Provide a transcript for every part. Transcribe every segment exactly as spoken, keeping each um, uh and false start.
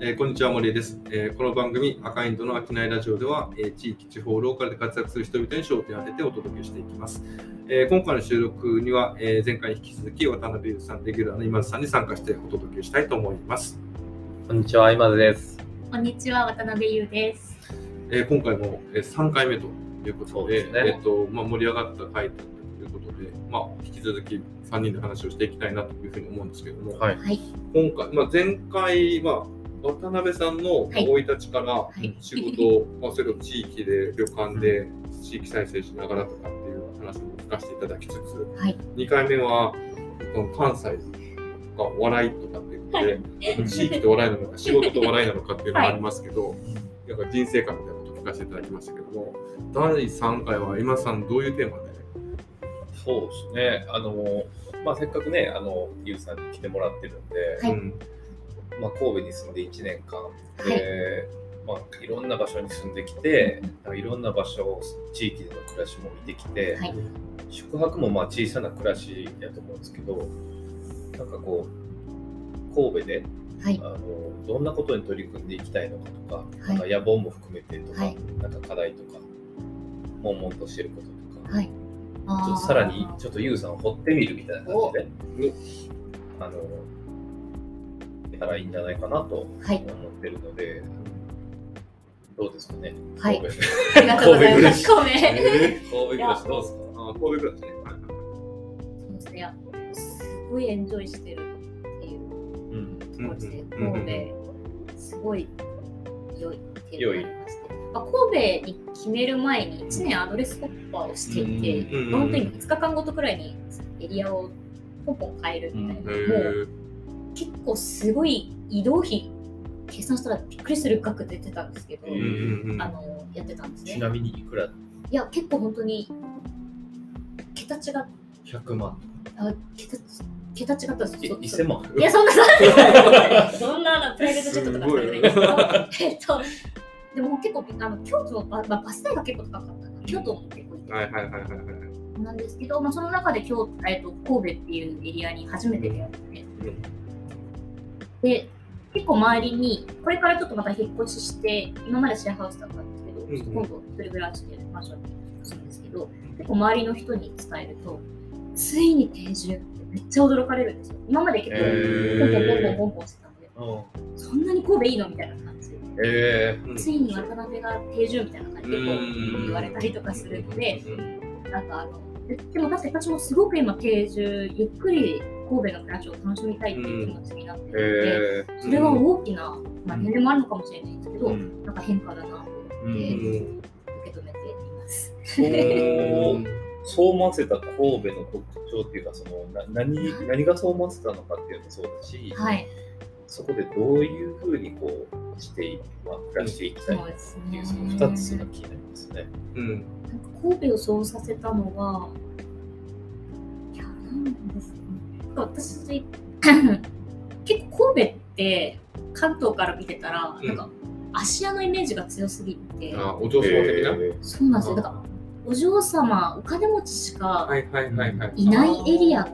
えー、こんにちは、森江です、えー。この番組赤インドの商いラジオでは、えー、地域、地方、ローカルで活躍する人々に焦点を当ててお届けしていきます。えー、今回の収録には、えー、前回に引き続き渡辺優さん、レギュラーの今津さんに参加してお届けしたいと思います。 こんにちは、今津です。 こんにちは、渡辺優です。 えー、今回もさんかいめということで、 そうですね。 えーとまあ、盛り上がった回だったということで、まあ、引き続きさんにんで話をしていきたいなというふうに思うんですけども、 はい、 今回、まあ、前回は渡辺さんの生い立ちから仕事を、はい、それを地域で旅館で地域再生しながらとかっていう話も聞かせていただきつつ、はい、にかいめはこの関西がお笑いとかっていうことで、はい、地域と笑いなのか仕事と笑いなのかっていうのがありますけど、はい、なんか人生観みたいなことを聞かせていただきましたけども、だいさんかいは今さんどういうテーマで？ そうですね、あの、まあ、せっかくね、あのゆうさんに来てもらってるんで、はい、うんまあ、神戸に住んでいちねんかんで、はいまあ、いろんな場所に住んできて、うん、いろんな場所、地域での暮らしも見てきて、はい、宿泊もまあ小さな暮らしやと思うんですけど、なんかこう神戸で、はい、あのどんなことに取り組んでいきたいのかとか、はい、なんか野望も含めてとか、はい、なんか課題とか悶々としてることとか、はい、ちょっとさらにちょっとゆうさんを掘ってみるみたいな感じで、あのたらいいんじゃないかなと思ってるので、はい、どうですかね。 はい。ありがとうございます。 神戸。神戸暮らしどうですか。 あ、神戸暮らしね。 そうですね。すごいエンジョイしてるっていうところで、うん、神戸すごい良いっていうのがありまして、まあ、神戸に決める前にいちねんアドレスホッパーをしていて、うん、本当にいつかかんごとくらいにエリアをポンポン変えるみたいな、うん、もう結構すごい移動費計算したらびっくりする額出てたんですけど、あのやってたんですね。 ちなみにいくら？いや結構本当に桁違っひゃくまんあ桁桁違ったんですよ。 せんまんいやそんなそんなプライベートジェットとか使えないんですけど、えっとでも結構あの京都のバ, バス代が結構高かったな。京都も結構いて、はいはいはいはいはいなんですけど、まあその中で京都えっと神戸っていうエリアに初めて出会って。うんで結構周りにこれからちょっとまた引っ越しして今までシェアハウスだったんですけど、うん、ちょっと今度一人暮らしでマンションに引っ越すんですけど、結構周りの人に伝えるとついに定住ってめっちゃ驚かれるんですよ。今まで結構ポンポンポンポンポンポンしてたので、えー、そんなに神戸いいのみたいな感じで、えー、ついに渡辺が定住みたいな感じでこう言われたりとかするので、なんかあのでも確かに私もすごく今定住ゆっくり神戸の暮らしを楽しみたいっていう気持ちになっているので、うん、それは大きな、まあ、年齢もあるのかもしれないんですけど、うん、なんか変化だなと思って受け止めています。 うん、そう思わせた神戸の特徴っていうか、そのな 何, 何がそう思わせたのかっていうのもそうだし、はい、そこでどういうふうにこうして、まあ、暮らしていきたいかっていう、そのふたつが気になりますね。うん、 なんか神戸をそうさせたのは、いやなんですか私結構神戸って関東から見てたら、うん、なんか芦屋のイメージが強すぎて、 あお嬢様的な、えー、 そうなんですよ。だからお嬢様お金持ちしかいないエリアって、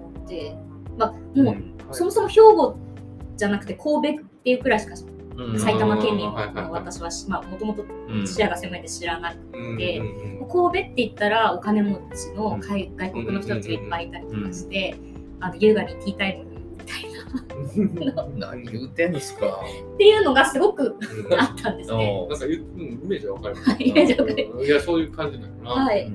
まあ、もう、うんはい、そもそも兵庫じゃなくて神戸っていうくらいしか、うん、埼玉県民の私はもともと視野が狭いんで知らなくて、うん、神戸って言ったらお金持ちの外国の人たちがいっぱいいたりとかして、うんあの優雅にティータイムみたいな何言うてんですかっていうのがすごくあったんですね。 なんか、うん、イメージわかります、 はい、イメージわかります。 いやそういう感じだよな。 はい。うん、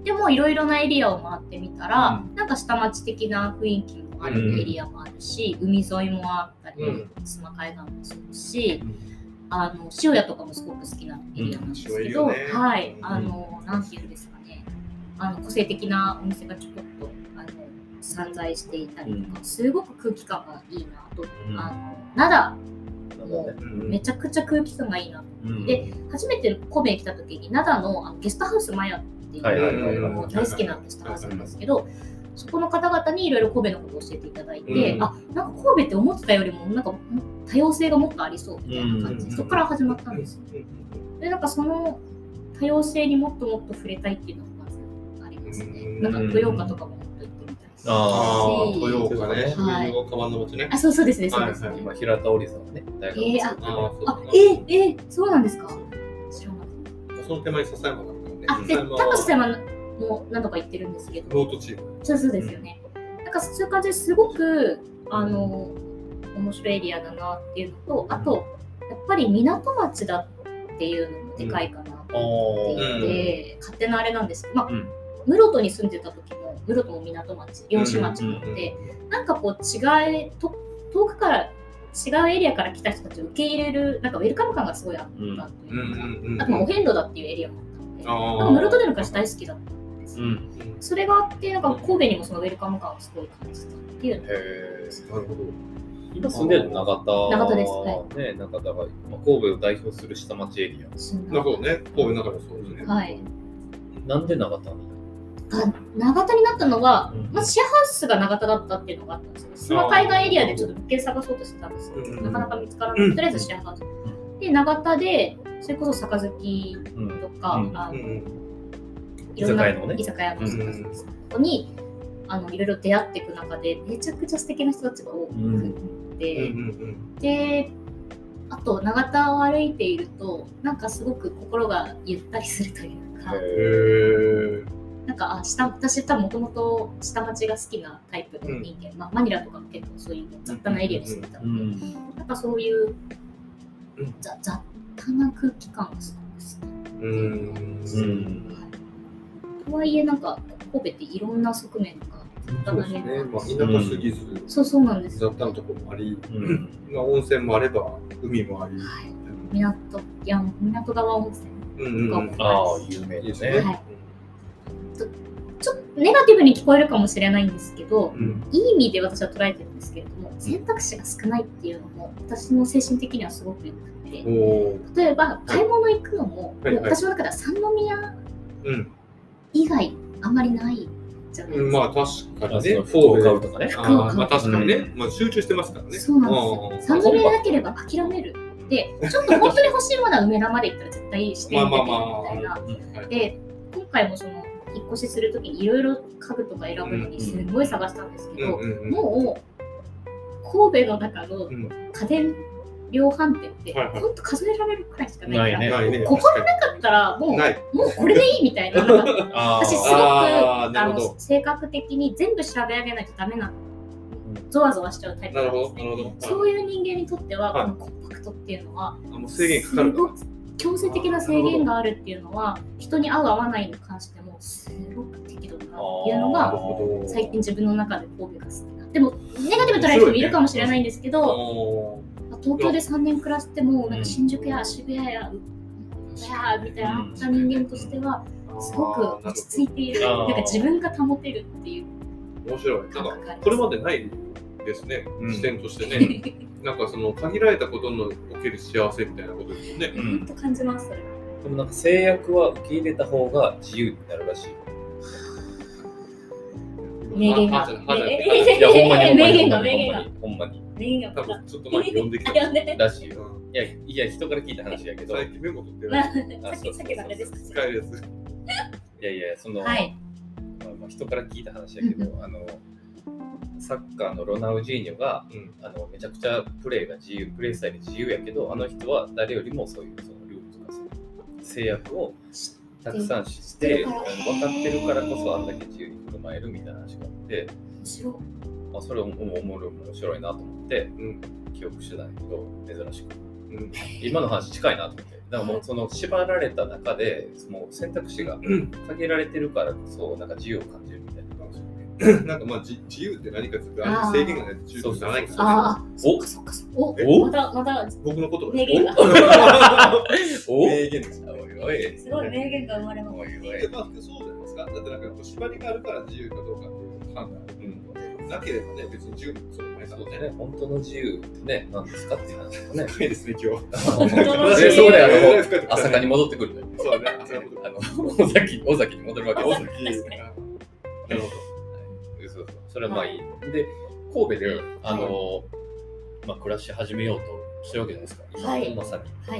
でもいろいろなエリアを回ってみたら、うん、なんか下町的な雰囲気もあるエリアもあるし、うん、海沿いもあったり、うん、須磨海岸もそうし、うん、あの塩屋とかもすごく好きなエリアなんですけど、うんね、はいあのなんていうんですかね、あの個性的なお店がちょこっと散在していたりとか、うん、すごく空気感がいいなと、うん、あの灘もめちゃくちゃ空気感がいいなと、うん、で初めて神戸に来た時に灘 の, あのゲストハウスマヤっていうのも大好きなゲストハウスなんですけど、そこの方々にいろいろ神戸のことを教えていただいて、うん、あなんか神戸って思ってたよりもなんか多様性がもっとありそうみたいな感じで、うん、そこから始まったんですよ。でなんかその多様性にもっともっと触れたいっていうのがまずありますね。なんか豊岡とかもああ、豊岡ね。はい。川の町ね。 あ、そうそうですね。そうです。 今平田織さんがね、大学えー、あ、あ、えー、えー、そうなんですか。知らなかった。 その手前笹山だからね。 あ、で、多分笹山も何度か行ってるんですけど。 ロートチーム。 そうそうですよね。なんかそういう感じですごくあの面白いエリアだなっていうのと、あとやっぱり港町だっていうのもでかいかなと思っていて、うん、勝手なあれなんですけど、まあ、うん、室戸に住んでた時も室戸も港町、漁師町なので、うん、なんかこう違いと遠くから違うエリアから来た人たちを受け入れるなんかウェルカム感がすごいあったというか、うん、あとまあお遍路だっていうエリアもあったので、なんか室戸での暮らし大好きだったんですよ、うん、それがあってなんか神戸にもそのウェルカム感をすごい感じたっていうのです。 なるほど。 今住んでるの長田、 長田です、はいね、長田が神戸を代表する下町エリア。 なるほどね、神戸の中でそうですね。 はい。 なんで長田にあ長田になったのは、うん、まずシェアハウスが長田だったっていうのがあったんですよ。その海岸エリアでちょっと物件探そうとしてたんですけど、なかなか見つからなくて、とりあえずシェアハウス。で、長田で、それこそ杯とか、うん、あの、うん、いろんな居酒屋の人たちとこに、あのいろいろ出会っていく中で、めちゃくちゃ素敵な人たちが多くて、で、あと長田を歩いていると、なんかすごく心がゆったりするというか、へなんかあ下私多分もともと下町が好きなタイプの人間、うんまあ、マニラとかも結構そういう雑多なエリアに住んでたので、うん、なんかそういう雑多な空気感がすごく好きなんです、うん、とはいえなんか神戸っていろんな側面がそうですね、まあ、田舎すぎず、うん、 そうそうなんです雑多なところもあり、うんまあ、温泉もあれば海もあり、はい、 港いや港川温泉とかも、うんうん、 ああ有名ですね、はいちょっとネガティブに聞こえるかもしれないんですけど、うん、いい意味で私は捉えてるんですけれども、選択肢が少ないっていうのも私の精神的にはすごくよくて、例えば買い物行くのも、はい、もう私の中では三宮以外あんまりないじゃないですか。 まあ確かにね、 服を買うとかね。 服を買う。 まあ確かにね、うん、まあ集中してますからね。 そうなんですよ。三宮なければ諦める。で、ちょっと本当に欲しいものは梅田まで行ったら絶対してみたけどみたいな。で、今回もその引っ越しするときにいろいろ家具とか選ぶのにすごい探したんですけど、うんうん、もう神戸の中の家電量販店って本当数えられるくらいしかないから、ね、ここがなかったらもう、もうこれでいいみたいな。私すごくあの性格的に全部調べ上げないとダメなの。ゾワゾワしちゃうタイプなんですね。そういう人間にとっては、はい、このコンパクトっていうのは制限かかるから。 強制的な制限があるっていうのは人に合う合わないに関してもすごく適度だなっていうのが最近自分の中で神戸が好きな。でもネガティブ捉える人もいるかもしれないんですけど、ね、東京でさんねん暮らしてもなんか新宿や渋谷ややみたいなあった人間としてはすごく落ち着いている、なんか自分が保てるっていう。 面白い。なんかこれまでないですね、うん、視点としてね。なんかその限られたことのおける幸せみたいなことですよね。 本当感じます。 でもなんか制約は受け入れた方が自由になるらしい。 名言が。 いやほんまに名言が名言がほんまに。 名言が。 多分ちょっと前に読んできたらしいよ。いやいや人から聞いた話やけど。 最近メモ取ってる。 さっきさっきのあれですか。 使えるやつ。 いやいやその、はい、まあ人から聞いた話やけどあの。サッカーのロナウジーニョが、うん、あのめちゃくちゃプレーが自由、プレースタイル自由やけど、あの人は誰よりもそういうそのルールとかその制約をたくさん知って分かってるからこそあんだけ自由に振る舞えるみたいな話があって、まあ、それを面白いなと思って、うん、記憶してたんだけど珍しく、うん、今の話近いなと思って、だからもうその縛られた中でその選択肢が限られてるからこそなんか自由を感じるみたいな。 なんかまあ自由って何かというと制限がないと自由じゃないからね。 ああ、お、そっかそっか。お、またまた僕の言葉名言が。 お、名言です。 おい、すごい名言が生まれます。 おいおい。まあそうじゃないですか。だってなんか縛りがあるから自由かどうかっていう判断があるので、なければね別に自由それないからね。 本当の自由ってね何ですかっていう話ですね。 深いですね今日。 本当の自由。そうだよ。朝霞に戻ってくる。 そうね。朝霞あの尾崎尾崎に戻るわけです。 なるほど。 それはまあいい。で、神戸で、あの、はいまあ、暮らし始めようとしてるわけじゃないですか。 はい。 まさに。 はい。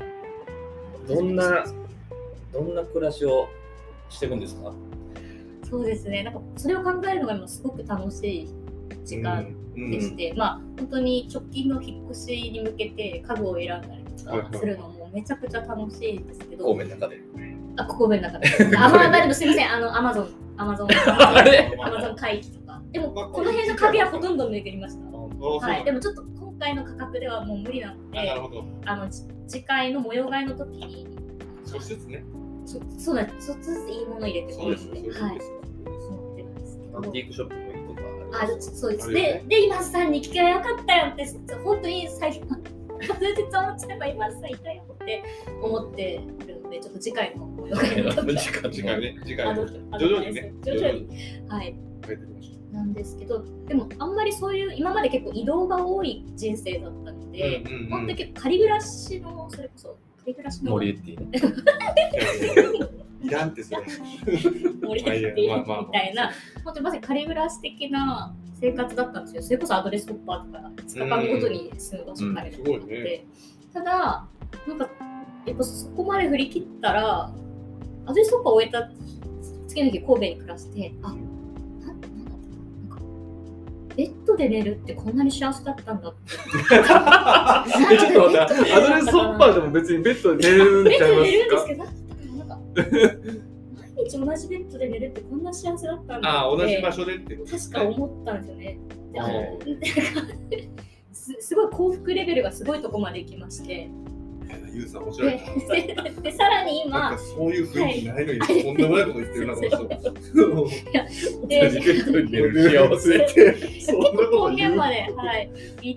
どんな、どんな暮らしをしていくんですか？ そそうですね。なんかそれを考えるのが今すごく楽しい時間でして、うんうん、まあ本当に直近の引っ越しに向けて家具を選んだりとかするのもめちゃくちゃ楽しいですけど。 神戸の中で。 あ、神戸の中で。あ、まあまあでもすみません。あのアマゾン、アマゾン、アマゾン会議とか。でもこの辺の壁はほとんど巡りました。はい。でもちょっと今回の価格ではもう無理なので、 なるほど。 あの次回の模様替えの時に少しずつね。 そそうなんです。少しずついいもの入れてそうですね。 はい。 思ってるんですけど。アンティークショップもいいとかある。あ、そうです。で、で今さんに聞けばよかったよって本当に最後全然思っちゃえば今さんいたよって思ってるので、ちょっと次回の模様替えの時次回ね、次回の徐々にね、 徐々にはいなんですけど、でもあんまりそういう今まで結構移動が多い人生だったので、うんうんうん、本当に結構仮暮らしのそれこそ仮暮らしのモリエッティねいらんってそれモリエッティみたいな、本当にまさに仮暮らし的な生活だったんですよ。それこそアドレスホッパーとかつかかんごとに住む場所があるので、うんうんね、ただなんかやっぱそこまで振り切ったらアドレスホッパーを終えた次の日神戸に暮らして、あ、ベッドで寝るってこんなに幸せだったんだって。 ちょっと待って、アドレスホッパーでも別にベッドで寝るんちゃいますか？ ベッドで寝るんですけど、なんか毎日同じベッドで寝るってこんな幸せだったんだって。 ああ、同じ場所でってこと確か思ったんですよね。で、あす, すごい幸福レベルがすごいとこまで行きまして。 ユウさん面白いで, で, でさらに今なんかそういう雰囲気ないのに、はい、とんでもないこと言ってるなこの人。 で、 ベッドに寝る幸せって結構根源まで、はい、行って、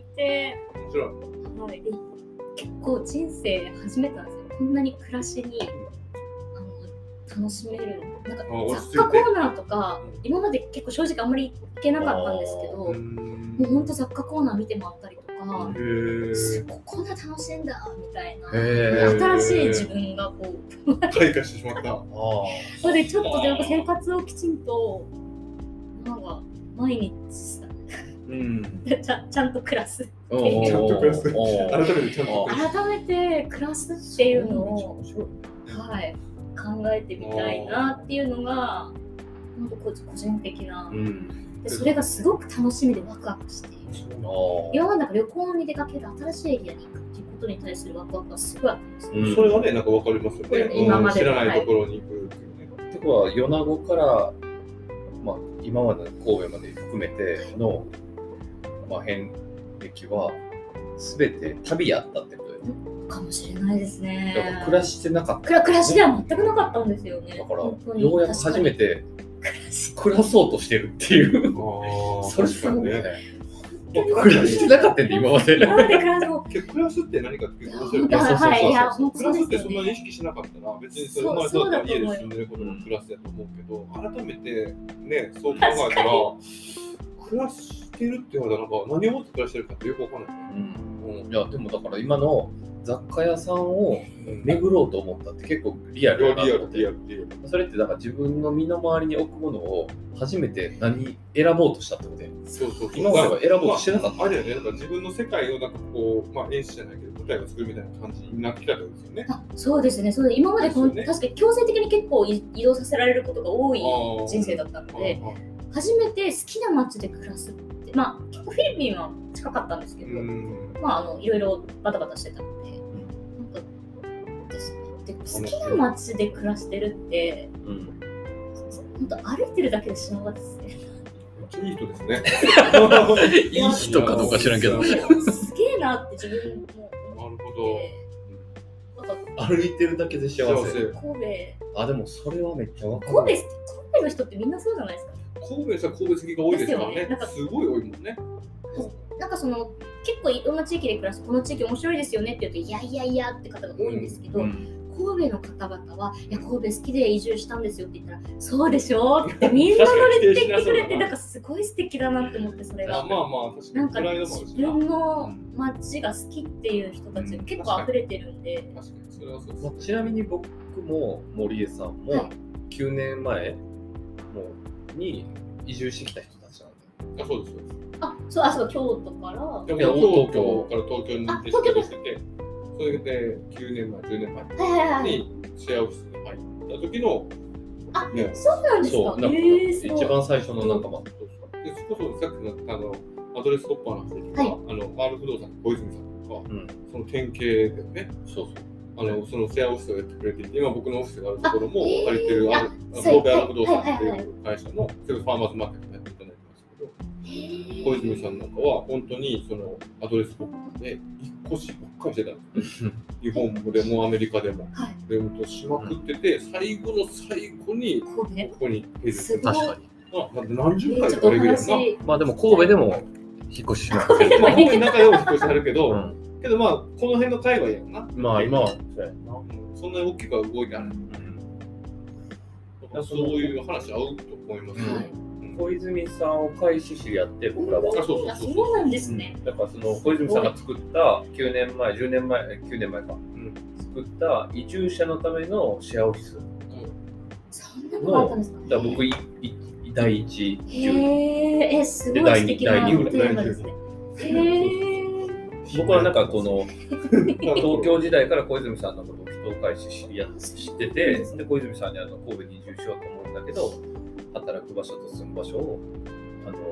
はい、で結構人生初めてなんですよ。こんなに暮らしにあの楽しめる。なんか雑貨コーナーとか今まで結構正直あんまり行けなかったんですけど、もうほんと雑貨コーナー見て回ったりとか。すごいこんな楽しいんだみたいな新しい自分がこう開花してしまったそれでちょっとで生活をきちんとなんか毎日さ、うん、ち, ゃちゃんと暮らすっていうちゃんと暮らす改めてちゃんと改めて暮らすっていうのを、はい、考えてみたいなっていうのが本当個人的な、うん、でそれがすごく楽しみでワクワクして今までなんか旅行に出かける新しいエリアに行くっていうことに対するワクワクがすごいあったんですよ、 うん、それはね、なんかわかりますよね。今まで知らないところに行くっていうね。 ってことは、米子から、まあ、今までの神戸まで含めての、まあ、遍歴は、すべて旅やったってことよね。 かもしれないですね。 だから暮らしてなかった。 暮らしでは全くなかったんですよね。 だから、ようやく初めて暮らそうとしてるっていう。それすごいね。暮らしてなかったんで今まで。 今まで暮らすの。 暮らすって何かっていうと、暮らすってそんなに意識しなかったら、別にそれまでそうだったら家で住んでることも暮らすやと思うけど、改めてね、そう考えたら、暮らしてるっていうのはなんか何をもって暮らしてるかってよくわかんないね。 うん。いやでもだから今の雑貨屋さんを巡ろうと思ったって結構リアルだなと思って、リアルリアルリアル。それってだから自分の身の回りに置くものを初めて何選ぼうとしたってことで、 そうそうそう、 今までは選ぼうとしてなかった。 まあ、あれだよね、なんか自分の世界をなんかこう、まあ演出じゃないけど舞台を作るみたいな感じになってきたってことですよね。 あ、そうですね。そうで今までこの、ね、確かに強制的に結構移動させられることが多い人生だったので、初めて好きな街で暮らすって、まあ結構フィリピンは近かったんですけど、まああのいろいろバタバタしてたので。好きな街で暮らしてるって、うん、本当歩いてるだけで幸せですね。 いい人ですね。 いい人かどうか知らんけど。 すげえなって自分も思って。なるほど。なんか歩いてるだけで幸せ。 神戸。 あ、でもそれはめっちゃわかる。 神戸、神戸の人ってみんなそうじゃないですか。 神戸さ、神戸好きが多いですからね。なんかすごい多いもんね。 なんかその結構いろんな地域で暮らすこの地域面白いですよねって言うといやいやいやって方が多いんですけど、うんうん、神戸の方々はいや神戸好きで移住したんですよって言ったらそうでしょってみんな乗れてきてくれてなんかすごい素敵だなって思ってそれがまあまあ確かになんか自分の街が好きっていう人たちが結構溢れてるんで、うん、確かにそれはそうです、まあ、ちなみに僕も森江さんもきゅうねんまえに移住してきた人たちなんで、 あ、そうですそうです。 あ、そう、あ、そう、京都からいや東京から東京に転職してて、それできゅうねんまえ、じゅうねんまえにシェアオフィスに入った時のあ、 ね、 そうなんですか。 そう、なんか、 えー、すごい一番最初の仲間。 でそこそさっきのあのアドレスホッパーの話で、はい、あの R 不動産の小泉さんとか、うん、その典型だよね。そうそう。あのそのシェアオフィスをやってくれていて、今僕のオフィスがあるところも借りてるある神戸 R 不動産っていう会社のファーマーズマーケットをやっていただいてますけど、小泉さんなんかは本当にそのアドレスホッパーで引っ越しばっかりしてたんですよ。日本でもアメリカでも、はい、でもしまくってて、最後の最後にここにページする。確かに。あ、何十回かレベルやな。 まあでも神戸でも引っ越ししますけど、神戸の中でも引っ越しあるけど、うん、けどまあこの辺の界隈やんな。 まあ今はそうやな。 そんなに大きくは動いてない。うん、そういう話合うと思いますね。はい、 小泉さんを介し知り合って僕らは。 あ、そうそうそう。そうなんですね。 だからその小泉さんが作ったきゅうねんまえ、じゅうねんまえ、きゅうねんまえか、うん、作った移住者のためのシェアオフィス。 そんなのがあったんですか。 だから僕いい第一へえ、すごい素敵なテーマですね。 僕はなんかこの東京時代から小泉さんのことを人を介し知り合って知ってて、で小泉さんにあの神戸に移住しようと思うんだけど、働く場所と住む場所をあの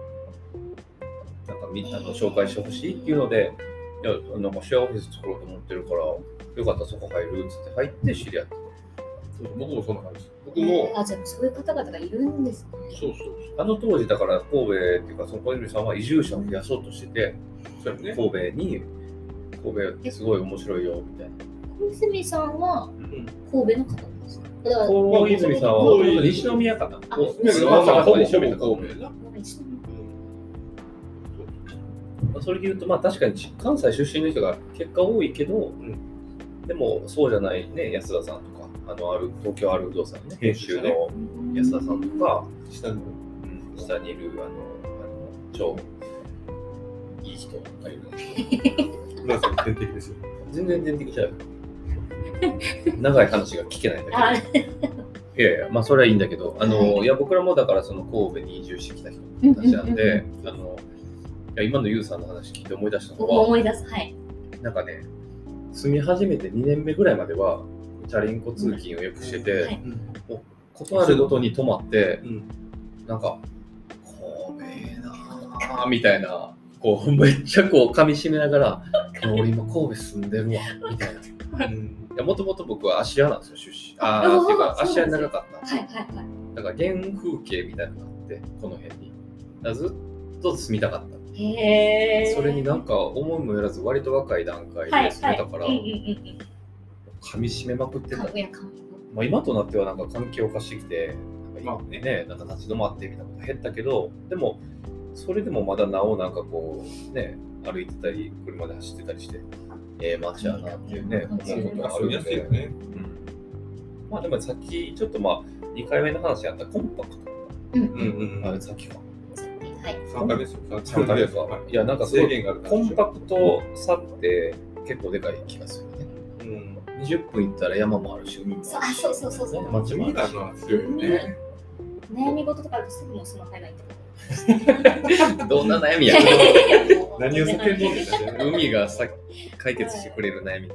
なんかみんなの紹介してほしいっていうので、いやなんかシェアオフィス作ろうと思ってるから、よかったらそこ入るっつって入って知り合って。 僕もそんな感じです。僕も、 あ、じゃあそういう方々がいるんですね。 そうそうそう。 あの当時だから神戸っていうかその小泉さんは移住者を増やそうとしてて、そうね、神戸に神戸ってすごい面白いよみたいな。 小泉さんは神戸の方なんですか。 小泉さんは西宮かな。あ、西宮かほぼ西宮か神戸な。それで言うとまあ確かに関西出身の人が結果多いけど、うん、でもそうじゃないね、安田さんとか。あのある東京ある不動産ね、編集の安田さんとか、 下に、 うん、下にいるあのあの超いい人がいるんですけど、 まあ天敵ですよ。 全然天敵ちゃう。長い話が聞けないんだけど。いやいや、まあそれはいいんだけど、あのいや僕らもだからその神戸に移住してきた人たちなんで、あのいや今のユウさんの話聞いて思い出したのは、 思い出す、はい。 なんかね、住み始めてにねんめぐらいまでは。チャリンコ通勤をよくしてて、はい、ことあるごとに泊まって、うん、なんか神戸ええなぁみたいな、こうめっちゃこう噛み締めながら俺今神戸住んでるわみたいな。うん、いやもともと僕は芦屋なんですよ、出身。ああっていうか芦屋長かったんですよ。はいはいはい。だから原風景みたいなのがあってこの辺にずっと住みたかった。へー。それになんか思いもよらず割と若い段階で住めたから。噛み締めまくってた。まあ、今となってはなんか環境化してきて、なんかね、ね、なんか立ち止まってみたいなこと減ったけど、でもそれでもまだなおなんかこうね、歩いてたり車で走ってたりして、ええー、街やなっていうね、思うことがあるんで、ね、うん。まあでもさっきちょっとまあにかいめの話やったコンパクト。うんうんうん。あれさっきか。 はい。さんかいめですよ。 さんかいめですか。いやなんか制限がある。コンパクトさって結構でかい気がするね。にじゅっぷん行ったら山もあるし、海もあるし、 そうそうそうそう、 街もあるし、強いよね。 悩み事とかあるとすぐもうその海外行ってどんな悩みや何を叫んでるんですか。 海がさ解決してくれる悩み。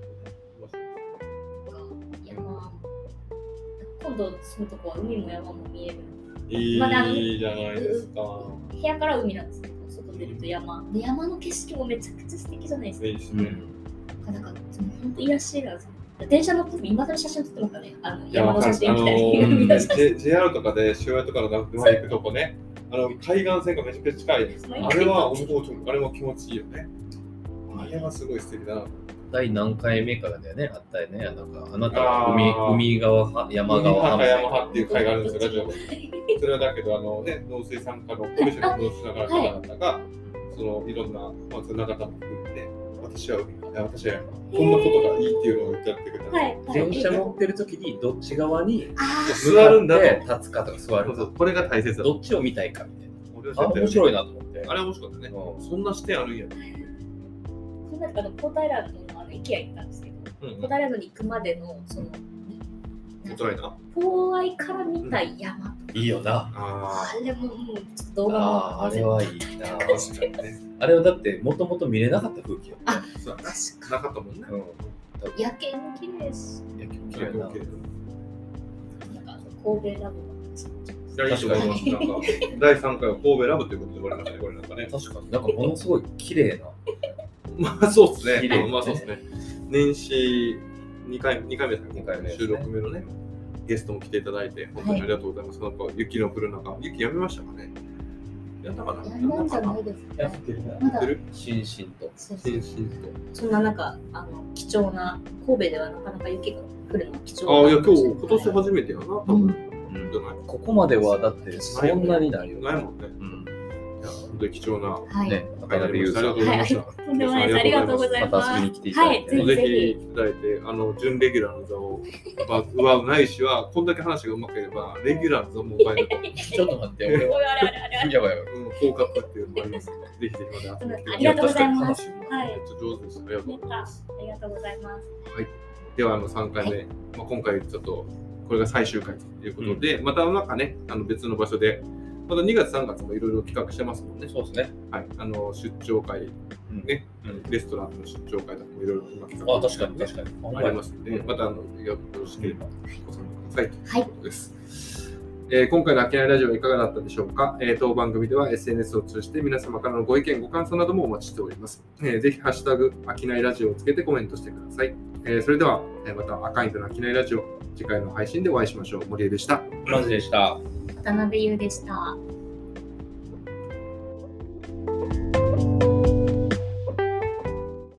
山、今度住むとこは海も山も見える。 いい、ま、いいじゃないですか。 部屋から海なんですけど、外出ると山。で山の景色もめちゃくちゃ素敵じゃないですか。いいですね。なんか本当いらっしゃる。電車乗ってて今から写真撮ってますかね。あの山の写真みたいな。 ジェイアール とかで塩屋とかの行くとこね、あの海岸線がめちゃくちゃ近いです。あれはあれも気持ちいいよね。あれはすごい素敵だな。 第何回目からだよね、あったよね。なんかあなたは海海側派、山側派、山派っていう会があるんですよ。それはだけどあのね、農水産課のコミュ障の農水産課の方々がそのいろんなまあその方も含めて。私は私はこんなことがいいっていうのを言ってやってくれた、はいはい、電車乗ってる時にどっち側に座るんだで立つかとか座るか、 これが大切だ。 どっちを見たいかみたいな。あ、面白いなと思って。 あれ面白かったね。うん、そんな視点あるんや。 この間のポートアイランドのあの IKEA 行ったんですけど、うんうん、ポートアイランドに行くまでのそのポーアイから見た山、 うん、いいよな。 あれももうちょっと動画もあ, あれはいいな。確かにね。あれはだってもともと見れなかった風景よ、ね。 あ、そう確かなかったもんね。うん、 夜景も綺麗です。 夜景も綺麗な。 神戸ラブいや、いいと思います。なんかだいさんかいは神戸ラブということで終わりましたね、これなんかね。 確かに、なんかものすごい綺麗な。 まあそうですね。 綺麗、 まあそうですね。年始にかい二回目ですね。 にかいめ収録目のね、ゲストも来ていただいて本当にありがとうございます。なんか雪の降る中、雪やめましたかね。やったかな。 やんないんじゃないですか。 やってるまだしんしんと。 しんしんしんと。 そんな中、あの貴重な神戸ではなかなか雪が降るの貴重な。 ああ、いや今日今年初めてやな。多分。じゃない。 ここまではだってそんなにないよ。 ないもんね。いや本当に貴重なね、 渡辺優さんありがとうございました。 とんでもないです。ありがとうございます。 また遊びに来ていただいて、 ぜひいただいて、あの準レギュラーの座を奪うないしは、こんだけ話がうまければレギュラーの座も奪えると。 ちょっと待って、俺はやばいやばい。 降格っていうのもありますので、ぜひぜひまた遊びに来てありがとうございます。 はい。めっちゃ上手です。ありがとうございます。 ありがとうございます。 はい。ではあのさんかいめ、まあ今回ちょっとこれが最終回ということで、またなんかね、あの別の場所で。またにがつさんがつもいろいろ企画してますもんね。 そうですね。 はい。あの出張会、ね、うん、レストランの出張会とかもいろいろ今企画して、あ、確かに確かにありますので、またあのよろしければご参加くださいということです。はい、えー、今回のあきないラジオいかがだったでしょうか。えー、当番組では エスエヌエス を通じて皆様からのご意見ご感想などもお待ちしております。えー、ぜひハッシュタグあきないラジオをつけてコメントしてください。えー、それでは、えー、また赤いとのあきないラジオ次回の配信でお会いしましょう。森江でした。 マジでした。 渡辺優でした。